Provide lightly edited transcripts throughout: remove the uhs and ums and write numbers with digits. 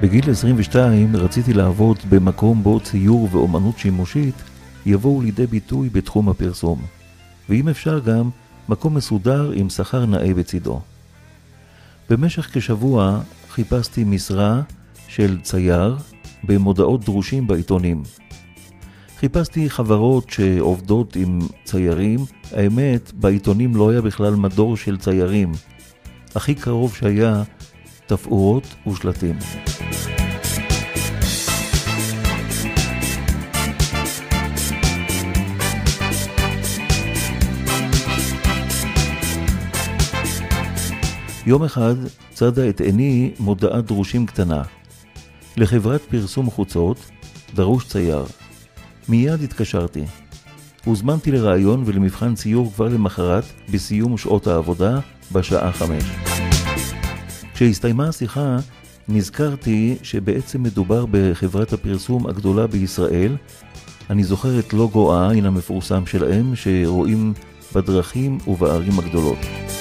בגיל 22 רציתי לעבוד במקום בו ציור ואומנות שימושית יבואו לידי ביטוי בתחום הפרסום, ואם אפשר גם מקום מסודר עם שכר נאה בצידו. במשך כשבוע חיפשתי משרה של צייר במודעות דרושים בעיתונים. חיפשתי חברות שעובדות עם ציירים. האמת, בעיתונים לא היה בכלל מדור של ציירים. הכי קרוב שהיה תפאורות ושלטים. יום אחד צדה את עיני מודעת דרושים קטנה. לחברת פרסום חוצות, דרוש צייר. מיד התקשרתי. הוזמנתי לרעיון ולמבחן ציור כבר למחרת בסיום שעות העבודה בשעה 5. כשהסתיימה השיחה, נזכרתי שבעצם מדובר בחברת הפרסום הגדולה בישראל. אני זוכר את לוגו העין המפורסם שלהם שרואים בדרכים ובערים הגדולות.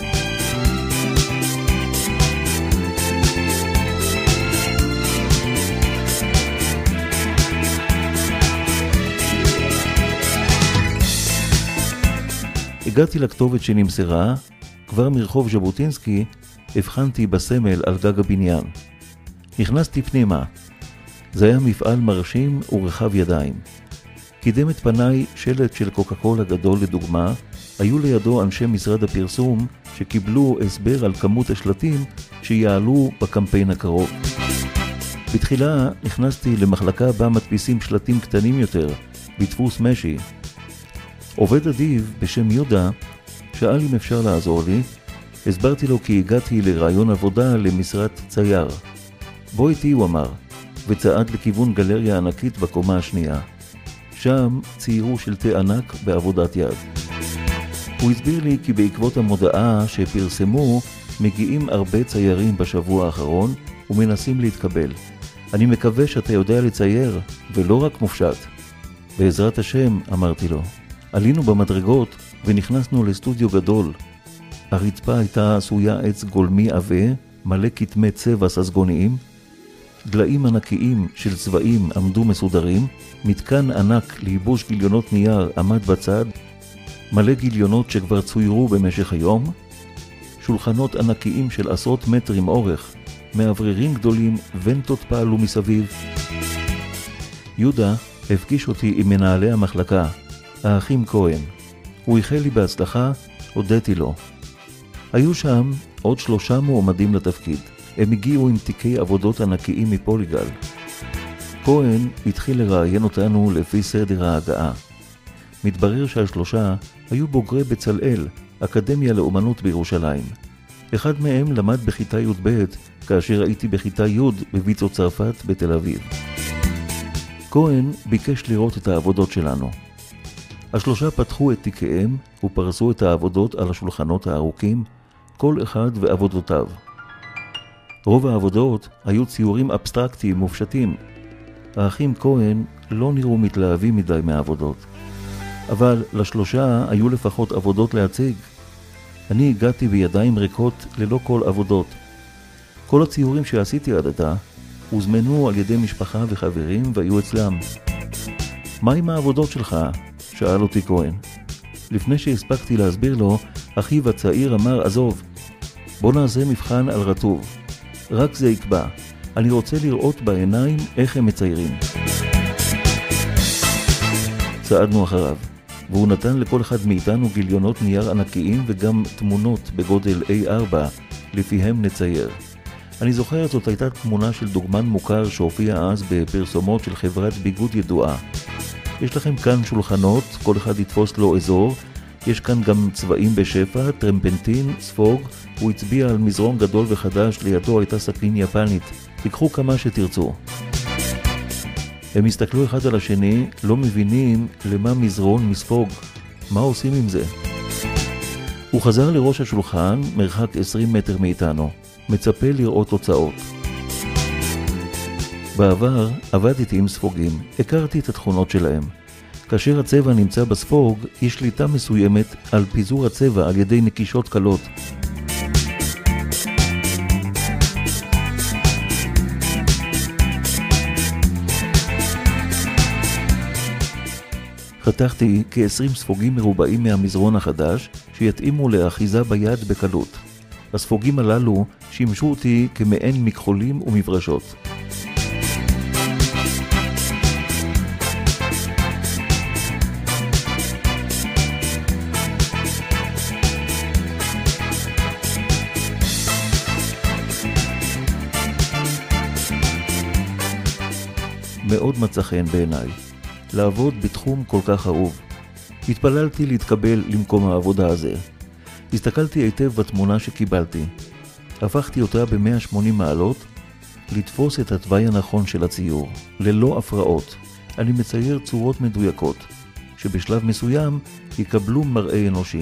הגעתי לכתובת שנמסרה, כבר מרחוב ז'בוטינסקי הבחנתי בסמל על גג הבניין. נכנסתי פנימה. זה היה מפעל מרשים ורחב ידיים. קידם את פניי שלט של קוקה קולה גדול לדוגמה, היו לידו אנשי משרד הפרסום שקיבלו הסבר על כמות השלטים שיעלו בקמפיין הקרוב. בתחילה נכנסתי למחלקה בה מדפיסים שלטים קטנים יותר, בדפוס משי. עובד אדיב בשם יהודה שאל אם אפשר לעזור לי. הסברתי לו כי הגעתי לרעיון עבודה למשרת צייר. בוא איתי, הוא אמר, וצעד לכיוון גלריה ענקית בקומה השנייה. שם ציירו שלטי ענק בעבודת יד. הוא הסביר לי כי בעקבות המודעה שפרסמו מגיעים הרבה ציירים בשבוע האחרון ומנסים להתקבל. אני מקווה שאתה יודע לצייר ולא רק מופשט. בעזרת השם, אמרתי לו. עלינו במדרגות ונכנסנו לסטודיו גדול. הרצפה הייתה עשויה עץ גולמי עבה, מלא כתמי צבע ססגוניים. דליים ענקיים של צבעים עמדו מסודרים. מתקן ענק לייבוש גיליונות נייר עמד בצד. מלא גיליונות שכבר צוירו במשך היום. שולחנות ענקיים של עשרות מטרים אורך. מאווררים גדולים, ונטות פעלו מסביב. יהודה הפגיש אותי עם מנהלי המחלקה, האחים כהן. הוא איחל לי בהצלחה, הודיתי לו. היו שם עוד 3 מועמדים לתפקיד. הם הגיעו עם תיקי עבודות ענקיים מפוליגל. כהן התחיל לראיין אותנו לפי סדר ההגעה. מתברר שה3 היו בוגרי בצלאל, אקדמיה לאומנות בירושלים. אחד מהם למד בכיתה י"ב, כאשר הייתי בכיתה י' בוויצו צרפת בתל אביב. כהן ביקש לראות את העבודות שלנו. ה3 פתחו את תיקיהם ופרסו את העבודות על השולחנות הארוכים, כל אחד ועבודותיו. רוב העבודות היו ציורים אבסטרקטיים מופשטים. האחים כהן לא נראו מתלהבים מדי מהעבודות. אבל ל3 היו לפחות עבודות להציג. אני הגעתי בידיים ריקות ללא כל עבודות. כל הציורים שעשיתי עד עתה הוזמנו על ידי משפחה וחברים והיו אצלם. מה עם העבודות שלך? שאל אותי כהן. לפני שהספקתי להסביר לו, אחיו הצעיר אמר, עזוב, בוא נעשה מבחן על רטוב. רק זה יקבע. אני רוצה לראות בעיניים איך הם מציירים. צעדנו אחריו, והוא נתן לכל אחד מאיתנו גיליונות נייר ענקיים וגם תמונות בגודל A4, לפיהם נצייר. אני זוכר, זאת הייתה תמונה של דוגמן מוכר שהופיע אז בפרסומות של חברת ביגוד ידועה. יש לכם כאן שולחנות, כל אחד יתפוס לו אזור. יש כאן גם צבעים בשפע, טרמפנטין, ספוג. הוא הצביע על מזרון גדול וחדש, לידו הייתה סכין יפנית. תיקחו כמה שתרצו. הם הסתכלו אחד על השני, לא מבינים למה מזרון מספוג. מה עושים עם זה? הוא חזר לראש השולחן, מרחק 20 מטר מאיתנו. מצפה לראות תוצאות. בעבר עבדתי עם ספוגים, הכרתי את התכונות שלהם. כאשר הצבע נמצא בספוג, יש שליטה מסוימת על פיזור הצבע על ידי נקישות קלות. חתכתי כ-20 ספוגים מרובעים מהמזרון החדש שיתאימו לאחיזה ביד בקלות. הספוגים הללו שימשו אותי כמעין מכחולים ומברשות. מאוד מצא חן בעיניי לעבוד בתחום כל כך אהוב. התפללתי להתקבל למקום העבודה הזה. הסתכלתי היטב בתמונה שקיבלתי. הפכתי אותה ב-180 מעלות לתפוס את התוואי הנכון של הציור, ללא הפרעות. אני מצייר צורות מדויקות, שבשלב מסוים יקבלו מראה אנושי.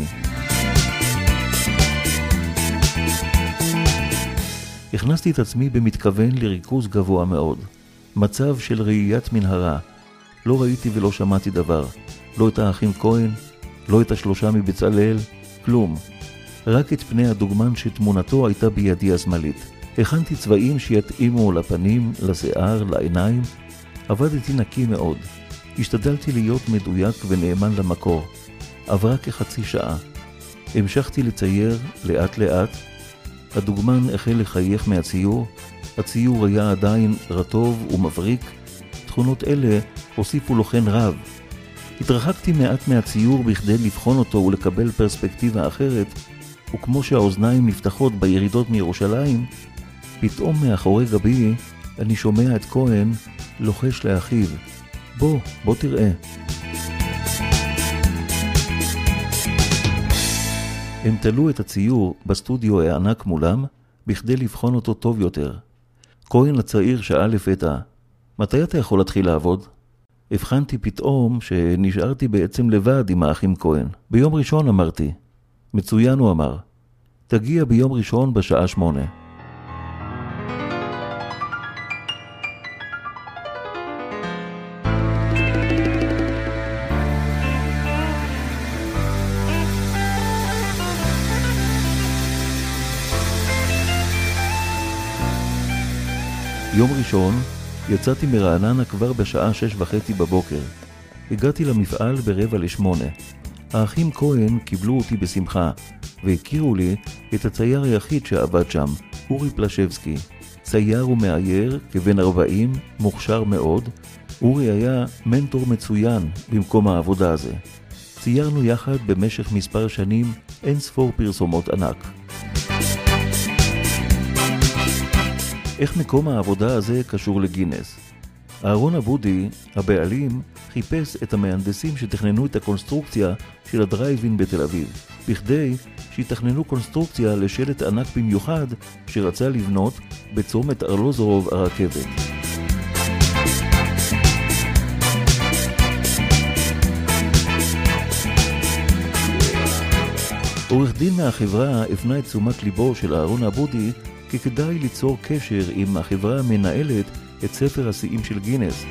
הכנסתי את עצמי במתכוון לריכוז גבוה מאוד. מצב של ראיית מנהרה. לא ראיתי ולא שמעתי דבר. לא את האחים כהן, לא את השלושה מבצלאל, כלום. רק את פני הדוגמן שתמונתו הייתה בידי השמאלית. הכנתי צבעים שיתאימו לפנים, לשיער, לעיניים. עבדתי נקי מאוד. השתדלתי להיות מדויק ונאמן למקור. עברה כחצי שעה. המשכתי לצייר לאט לאט. הדוגמן החל לחייך מהציור. הציור היה עדיין רטוב ומבריק. תכונות אלה הוסיפו לו חן רב. התרחקתי מעט מהציור בכדי לבחון אותו ולקבל פרספקטיבה אחרת, וכמו שהאוזניים נפתחות בירידות מירושלים, פתאום מאחורי גבי אני שומע את כהן לוחש לאחיו, בוא תראה. הם תלו את הציור בסטודיו הענק מולם, בכדי לבחון אותו טוב יותר. כהן הצעיר שאל לפתע, מתי אתה יכול להתחיל לעבוד? הבחנתי פתאום שנשארתי בעצם לבד עם האחים כהן. ביום ראשון אמרתי. מצוין, הוא אמר. תגיע ביום ראשון בשעה 8. יום ראשון יצאתי מרעננה כבר בשעה 6:30 בבוקר. הגעתי למפעל ב7:45. האחים כהן קיבלו אותי בשמחה, והכירו לי את הצייר היחיד שעבד שם, אורי פלשבסקי. צייר ומאייר, כבן 40, מוכשר מאוד. אורי היה מנטור מצוין במקום העבודה הזה. ציירנו יחד במשך מספר שנים אין ספור פרסומות ענק. איך מקום העבודה הזה קשור לגינס? אהרון אבודי, הבעלים, חיפש את המהנדסים שתכננו את הקונסטרוקציה של הדרייב-אין בתל אביב, בכדי שיתכננו קונסטרוקציה לשלט ענק במיוחד שרצה לבנות בצומת ארלוזורוב הרכבת. עורך דין מהחברה הפנה את תשומת ליבו של אהרון אבודי כי כדאי ליצור קשר עם החברה המנהלת את ספר השיאים של גינס.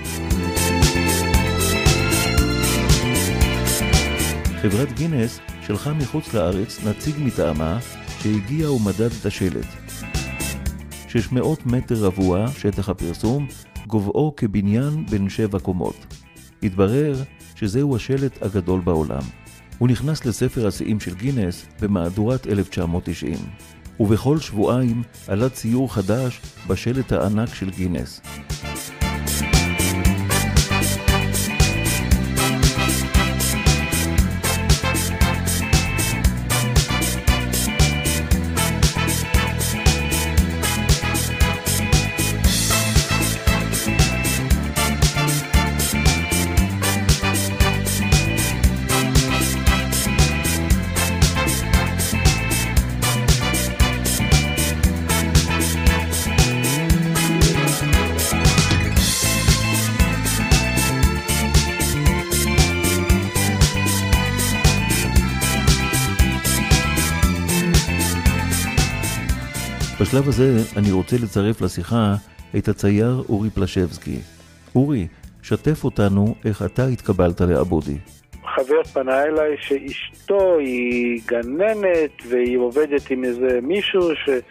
חברת גינס שלחה מחוץ לארץ נציג מטעמה שהגיע ומדד את השלט. 600 מטר רבוע שטח הפרסום, גובהו כבניין בין 7 קומות. התברר שזהו השלט הגדול בעולם. הוא נכנס לספר השיאים של גינס במהדורת 1990. ובכל שבועיים עלה ציור חדש בשלט הענק של גינס. בשלב הזה אני רוצה לצרף לשיחה את הצייר אורי פלשבסקי. אורי, שתף אותנו איך אתה התקבלת לאבודי. חבר פנה אליי שאשתו היא גננת והיא עובדת עם איזה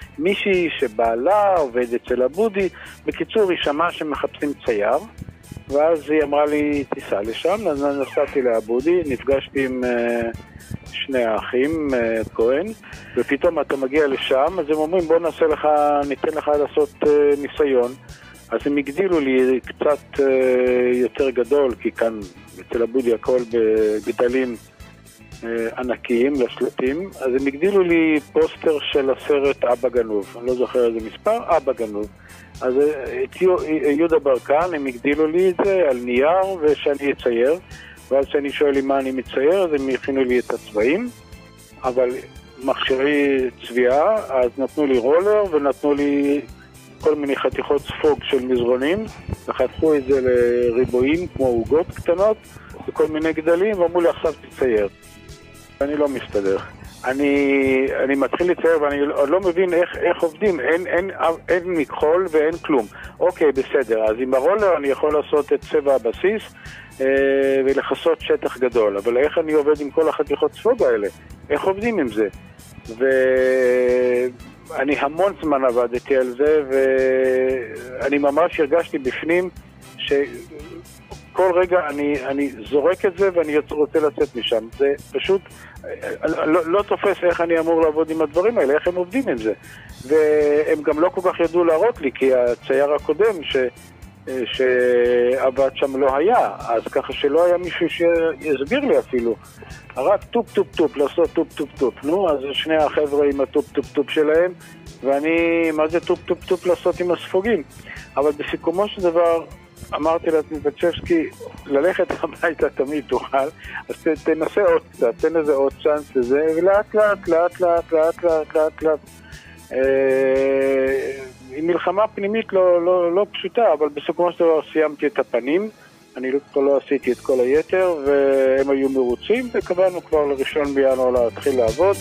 מישהי שבעלה עובד אצל אבודי. בקיצור, היא שמעה שמחפשים צייר ואז היא אמרה לי, תיסע לשם, אז נסעתי לעבודי, נפגשתי עם שני האחים, כהן, ופתאום אתה מגיע לשם, אז הם אומרים, בוא ניתן לך לעשות ניסיון. אז הם הגדילו לי קצת יותר גדול, כי כאן אצל עבודי הכל בגדלים ענקיים לשלטים, אז הם הגדילו לי פוסטר של הסרט אבא גנוב, אני לא זוכר איזה מספר, אבא גנוב. אז את יהודה ברקן הם הגדילו לי את זה על נייר ושאני אצייר, ואז שאני שואל לי מה אני מצייר, אז הם הכינו לי את הצבעים, אבל מכשירי צביעה, אז נתנו לי רולר ונתנו לי כל מיני חתיכות ספוג של מזרונים, וחתכו את זה לריבועים כמו עוגות קטנות, וכל מיני גדלים, ואמרו לי עכשיו תצייר. אני לא מסתדר. אני מתחיל לצייר ואני עוד לא מבין איך עובדים, אין מכחול ואין כלום. אוקיי, בסדר, אז עם הרולר אני יכול לעשות את צבע הבסיס ולחסות שטח גדול, אבל איך אני עובד עם כל החתיכות ספוג האלה? איך עובדים עם זה? ואני המון זמן עבדתי על זה, ואני ממש הרגשתי בפנים כל רגע אני זורק את זה ואני רוצה לצאת משם. זה פשוט לא תופס איך אני אמור לעבוד עם הדברים האלה, איך הם עובדים עם זה. והם גם לא כל כך ידעו להראות לי, כי הצייר הקודם שעבד שם לא היה, אז ככה שלא היה מישהו שיסביר לי אפילו. רק טופ טופ טופ, לעשות טופ טופ טופ. נו, אז שני החבר'ה עם הטופ טופ טופ שלהם, ואני, מה זה טופ טופ טופ לעשות עם הספוגים? אבל בסיכומו של דבר, אמרתי לטניבצ'בסקי, ללכת הביתה תמיד תוכל, אז תנסה עוד קצת, תן איזה עוד צ'אנס לזה, ולאט לאט, לאט לאט, לאט לאט, לאט לאט. עם מלחמה פנימית לא פשוטה, אבל בסיכומו של דבר סיימתי את הפנים, אני לא עשיתי את כל היתר, והם היו מרוצים, וקבענו כבר ל1 בינואר להתחיל לעבוד.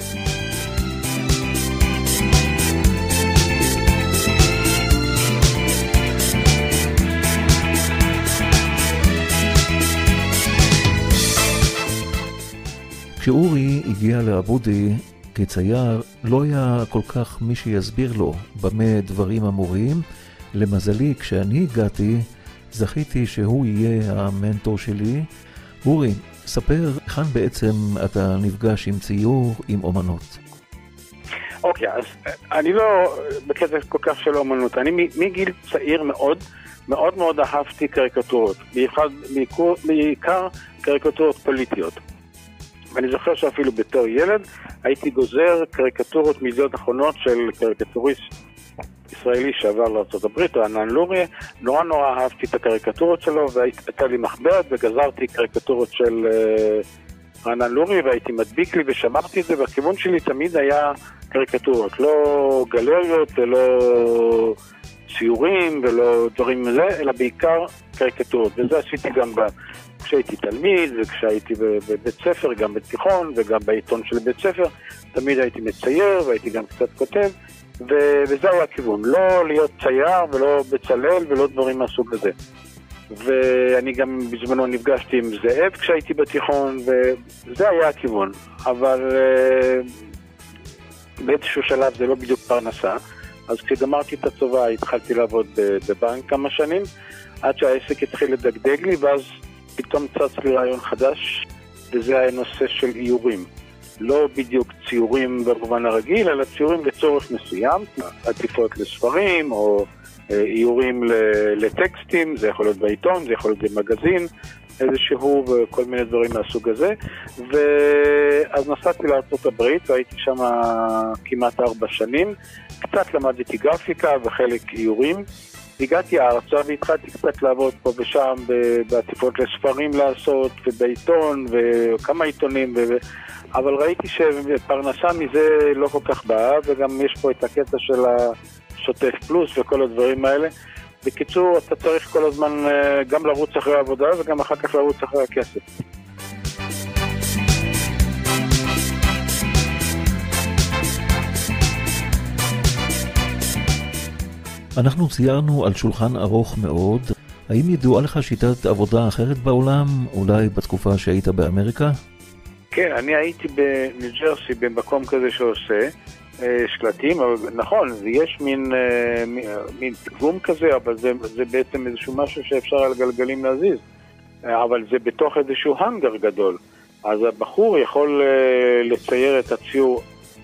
כשאורי הגיע לעבודי כצייר, לא היה כל כך מי שיסביר לו במה דברים אמורים. למזלי, כשאני הגעתי, זכיתי שהוא יהיה המנטור שלי. אורי, ספר, כאן בעצם אתה נפגש עם ציור, עם אומנות. אוקיי, אז אני לא בקטע כל כך של אומנות. אני מגיל צעיר מאוד, מאוד מאוד אהבתי קריקטורות. בעיקר קריקטורות פוליטיות. ואני זוכר שאפילו בתור ילד הייתי גוזר קריקטורות מידיעות אחרונות של קריקטוריסט ישראלי שעבר לארצות הברית, רענן לוריה. נורא אהבתי את הקריקטורות שלו, והייתה לי מחברת וגזרתי קריקטורות של רענן לוריה, והייתי מדביק לי ושמרתי את זה, והכיוון שלי תמיד היה קריקטורות, לא גלריות ולא ציורים ולא דברים מזה, אלא בעיקר קריקטורות, וזה עשיתי גם כשהייתי תלמיד וכשהייתי בבית ספר, גם בתיכון וגם בעיתון של בית ספר, תמיד הייתי מצייר והייתי גם קצת כותב, וזה היה הכיוון, לא להיות צייר ולא בצלל ולא דברים מהסוג הזה. ואני גם בזמנו נפגשתי עם זאב כשהייתי בתיכון, וזה היה הכיוון, אבל באיזשהו שלב זה לא בדיוק פרנסה. אז כשגמרתי את הצבא התחלתי לעבוד בבנק כמה שנים, עד שהעסק התחיל לדגדג לי, ואז פתאום צץ לי רעיון חדש, וזה היה נושא של איורים. לא בדיוק ציורים במובן הרגיל, אלא ציורים לצורך מסוים, עטיפות לספרים או איורים לטקסטים, זה יכול להיות בעיתון, זה יכול להיות במגזין, איזשהו וכל מיני דברים מהסוג הזה. ואז נסעתי לארצות הברית והייתי שם כמעט 4 שנים, קצת למדתי גרפיקה וחלק איורים. הגעתי ארצה והתחלתי קצת לעבוד פה ושם בעטיפות לספרים לעשות ובעיתון וכמה עיתונים, אבל ראיתי שפרנסה מזה לא כל כך באה, וגם יש פה את הקטע של השוטף פלוס וכל הדברים האלה. בקיצור, אתה צריך כל הזמן גם לרוץ אחרי העבודה וגם אחר כך לרוץ אחרי הכסף. אנחנו ציירנו על שולחן ארוך מאוד. האם ידועה לך שיטת עבודה אחרת בעולם, אולי בתקופה שהיית באמריקה? כן, אני הייתי בניו ג'רסי במקום כזה שעושה, שלטים, אבל נכון, יש מין פיגום כזה, אבל זה בעצם איזשהו משהו שאפשר על גלגלים להזיז, אבל זה בתוך איזשהו הנגר גדול. אז הבחור יכול לצייר את הציור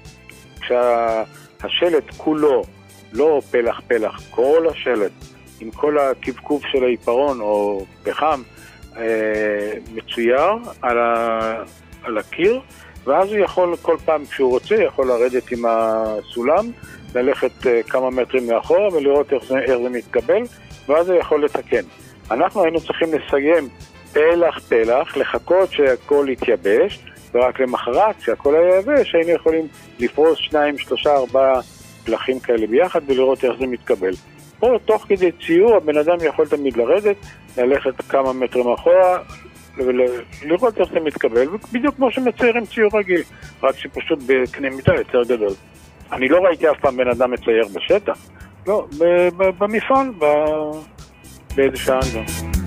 כשהשלט כולו, לא פלח, כל השלט, עם כל הקבקוב של העיפרון או פחם, מצויר על הקיר, ואז הוא יכול כל פעם כשהוא רוצה, יכול לרדת עם הסולם, ללכת כמה מטרים מאחורה ולראות איך זה מתקבל, ואז הוא יכול לתקן. אנחנו היינו צריכים לסיים פלח, לחכות שהכל יתייבש, ורק למחרת, כשהכל היה יבש, היינו יכולים לפרוס 2, 3, 4 פלחים כאלה ביחד ולראות איך זה מתקבל. פה, תוך כדי ציור, הבן אדם יכול תמיד לרדת, ללכת כמה מטרים אחורה, ולראות איך זה מתקבל, בדיוק כמו שמציירים ציור רגיל, רק שפשוט בקנה מידה יותר גדול. אני לא ראיתי אף פעם בן אדם מצייר בשטח, לא, במפעל, באיזה שעה גם.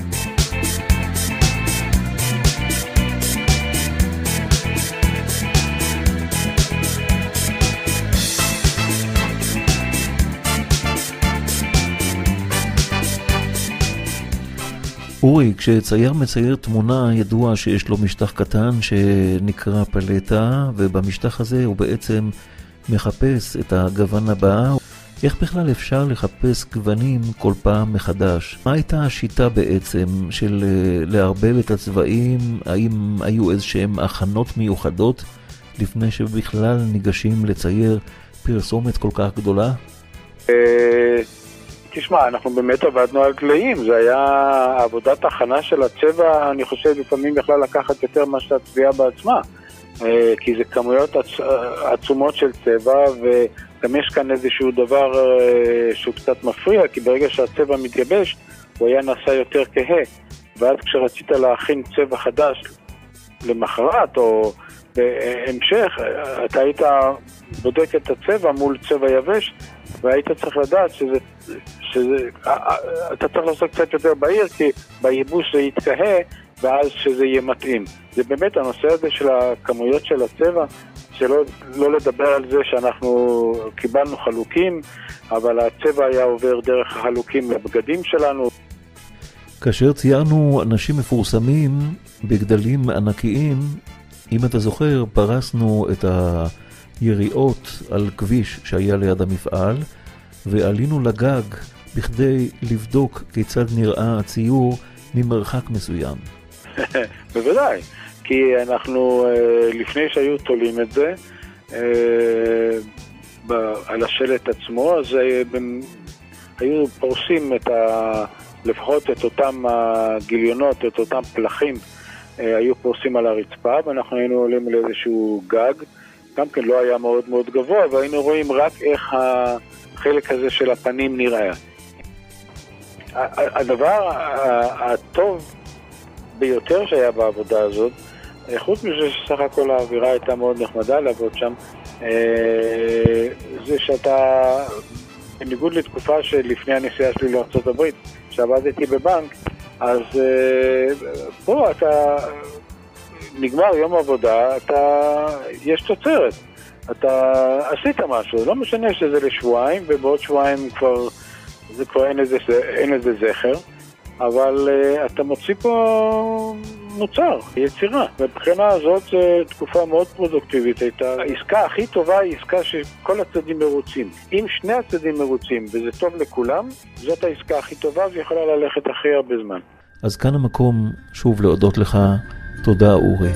אורי, כשצייר מצייר תמונה ידוע שיש לו משטח קטן שנקרא פלטה, ובמשטח הזה הוא בעצם מחפש את הגוון הבא. איך בכלל אפשר לחפש גוונים כל פעם מחדש? מה הייתה השיטה בעצם של לערבב את הצבעים? האם היו איזשהם הכנות מיוחדות לפני שבכלל ניגשים לצייר פרסומת כל כך גדולה? תשמע, אנחנו באמת עבדנו על גליים, זה היה עבודת הכנה של הצבע, אני חושב לפעמים בכלל לקחת יותר מה שהצביעה בעצמה, כי זה כמויות עצומות של צבע, וגם יש כאן איזשהו דבר שהוא קצת מפריע, כי ברגע שהצבע מתייבש, הוא היה נעשה יותר כהה, ואז כשרצית להכין צבע חדש למחרת או בהמשך, אתה היית בודק את הצבע מול צבע יבש, והיית צריך לדעת אתה צריך לעשות קצת יותר בהיר, כי בייבוש זה יתקהה, ואז שזה יהיה מתאים. זה באמת הנושא הזה של הכמויות של הצבע, שלא לדבר על זה שאנחנו קיבלנו חלוקים, אבל הצבע היה עובר דרך החלוקים לבגדים שלנו. כאשר ציירנו אנשים מפורסמים בגדלים ענקיים, אם אתה זוכר, פרסנו את היריעות על כביש שהיה ליד המפעל, ועלינו לגג בכדי לבדוק כיצד נראה הציור ממרחק מסוים. בוודאי, כי אנחנו לפני שהיו תולים את זה על השלט עצמו, אז היו פורסים לפחות את אותם הגיליונות, את אותם פלחים, היו פורסים על הרצפה, ואנחנו היינו עולים לאיזשהו גג, גם כן לא היה מאוד מאוד גבוה, והיינו רואים רק איך החלק הזה של הפנים נראה. הדבר הטוב ביותר שהיה בעבודה הזאת, חוץ מזה שסך הכל האווירה הייתה מאוד נחמדה לעבוד שם, זה שאתה, בניגוד לתקופה שלפני הנסיעה שלי לארצות הברית, שעבדתי בבנק, אז פה אתה נגמר יום עבודה, יש תוצרת, אתה עשית משהו, לא משנה שזה לשבועיים, ובעוד שבועיים זה כבר אין איזה זכר, אבל אתה מוציא פה מוצר, יצירה. ובבחינה הזאת זו תקופה מאוד פרודוקטיבית. העסקה הכי טובה היא עסקה שכל הצדדים מרוצים. אם שני הצדדים מרוצים וזה טוב לכולם, זאת העסקה הכי טובה ויכולה ללכת הכי הרבה זמן. אז כאן המקום שוב להודות לך. תודה אורי.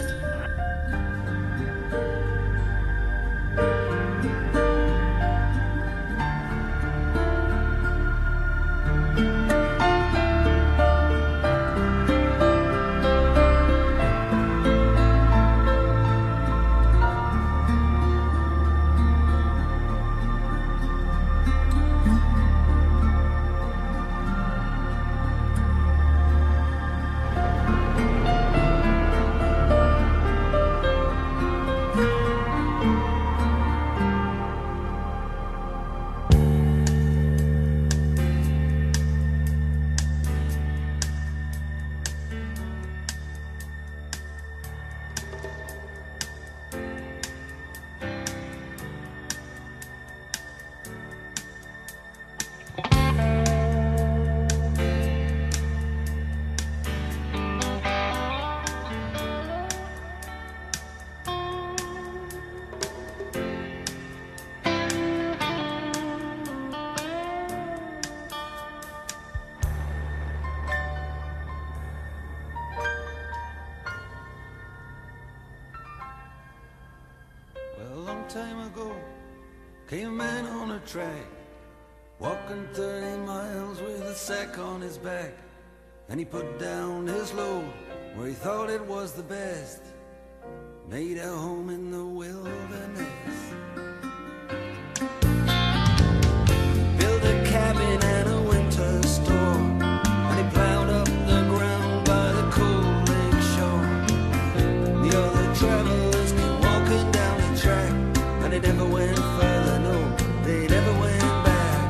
time ago came a man on a track, walking 30 miles with a sack on his back. And he put down his load where he thought it was the best, made a home in the wilderness. Built a cabin and a winter store, and he plowed up the ground by the cold lake shore. The other travelers came walking down the track, and they never went further, no, they never went back.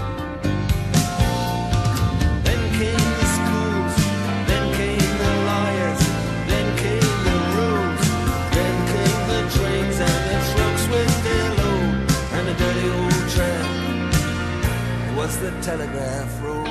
Then came the schools, then came the lawyers, then came the roads, then came the trains and the trucks with their load, and the dirty old track was the telegraph road.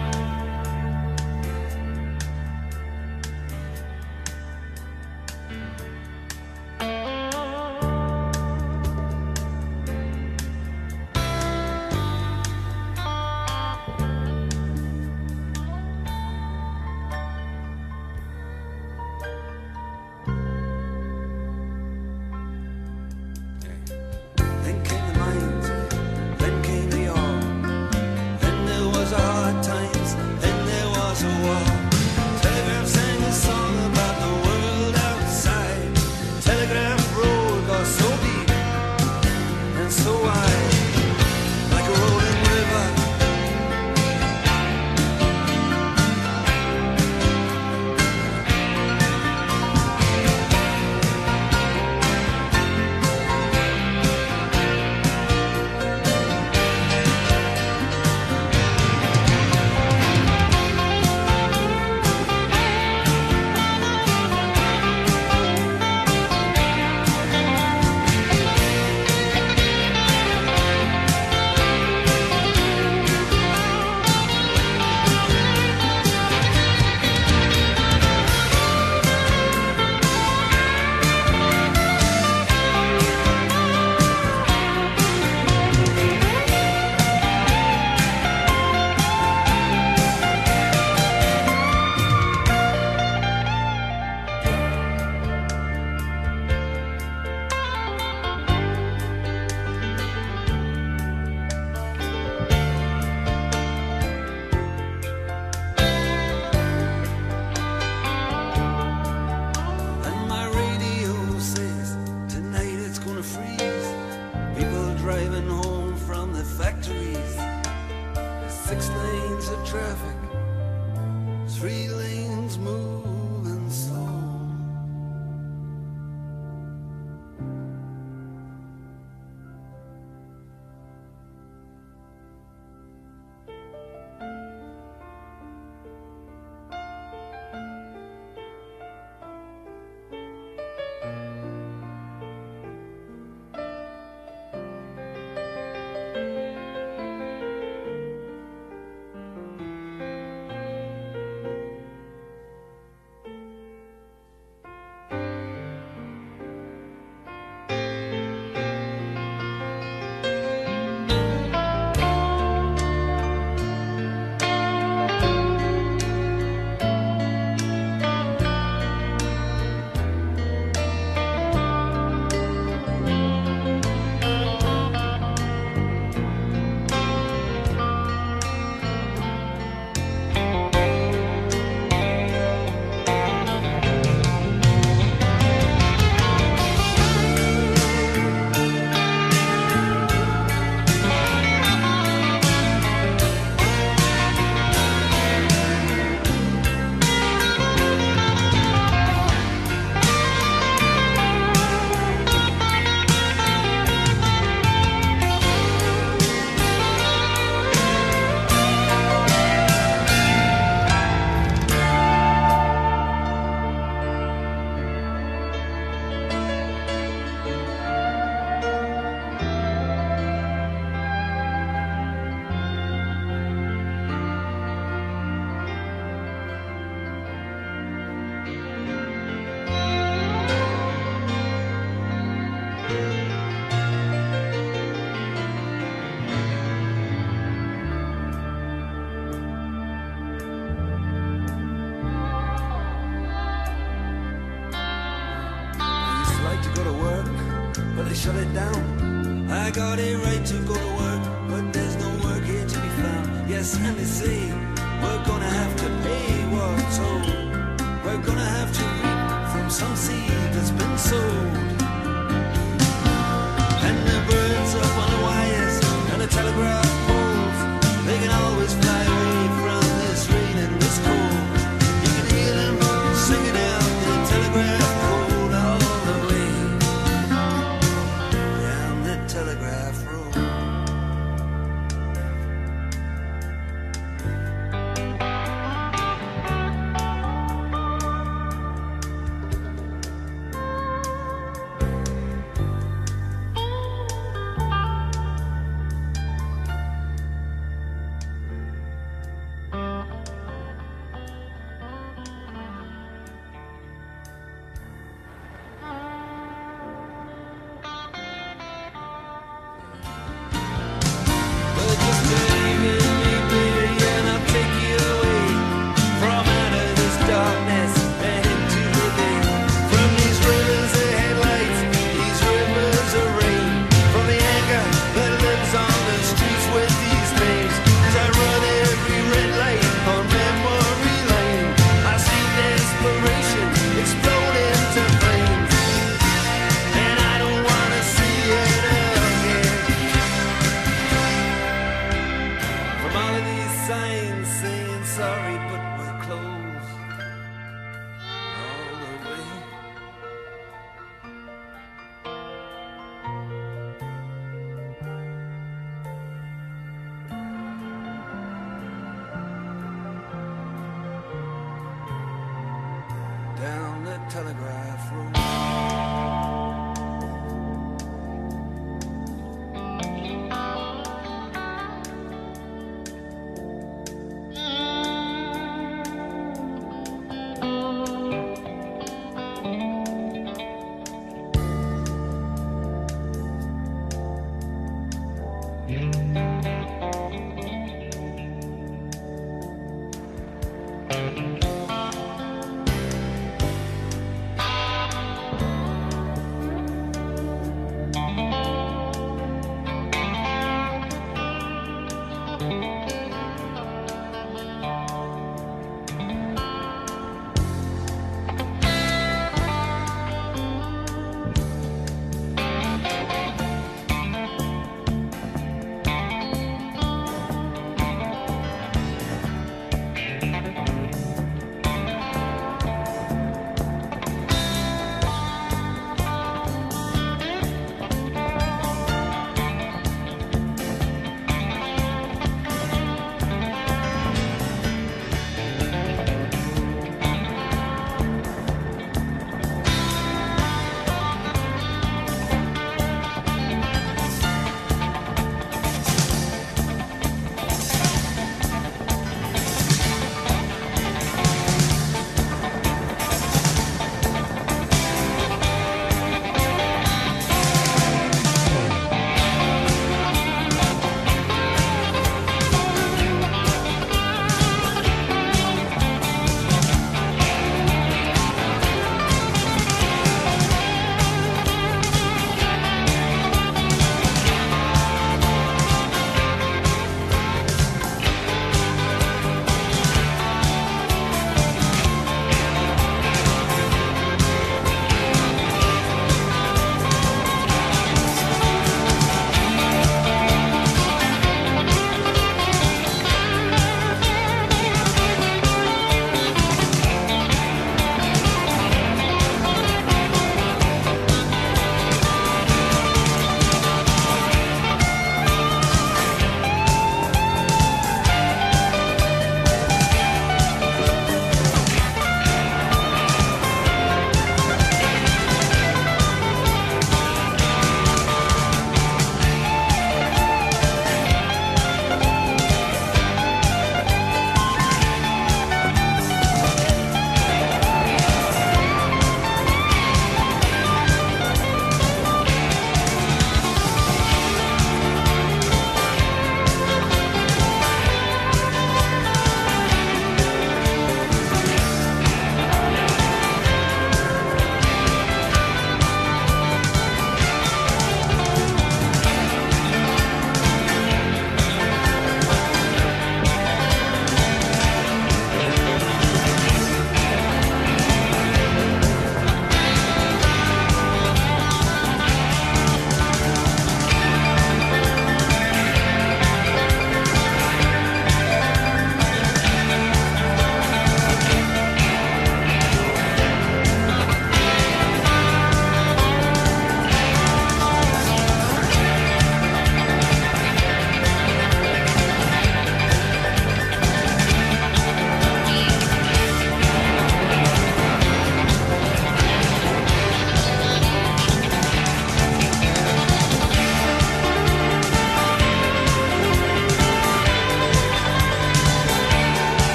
Then came the mines, then came the ore, then there was hard times, then there was a war. Telegraph sang a song about the world outside. Telegraph road was so deep and so wide, like a rolling river. And my radio says tonight it's gonna freeze. People driving home from the factories. 6 lanes of traffic, 3 lanes moving slow. shut it down. I got a right to go to work, but there's no work here to be found. Yes, and they say we're gonna have to pay what's owed. We're gonna have to reap from some seed that's been sowed. And the birds up on the wires and the telegraph poles, they can always fly away from this rain and this cold. You can hear them singing out the telegraph code all the way down the telegraph road.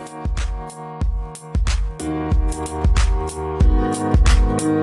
Thank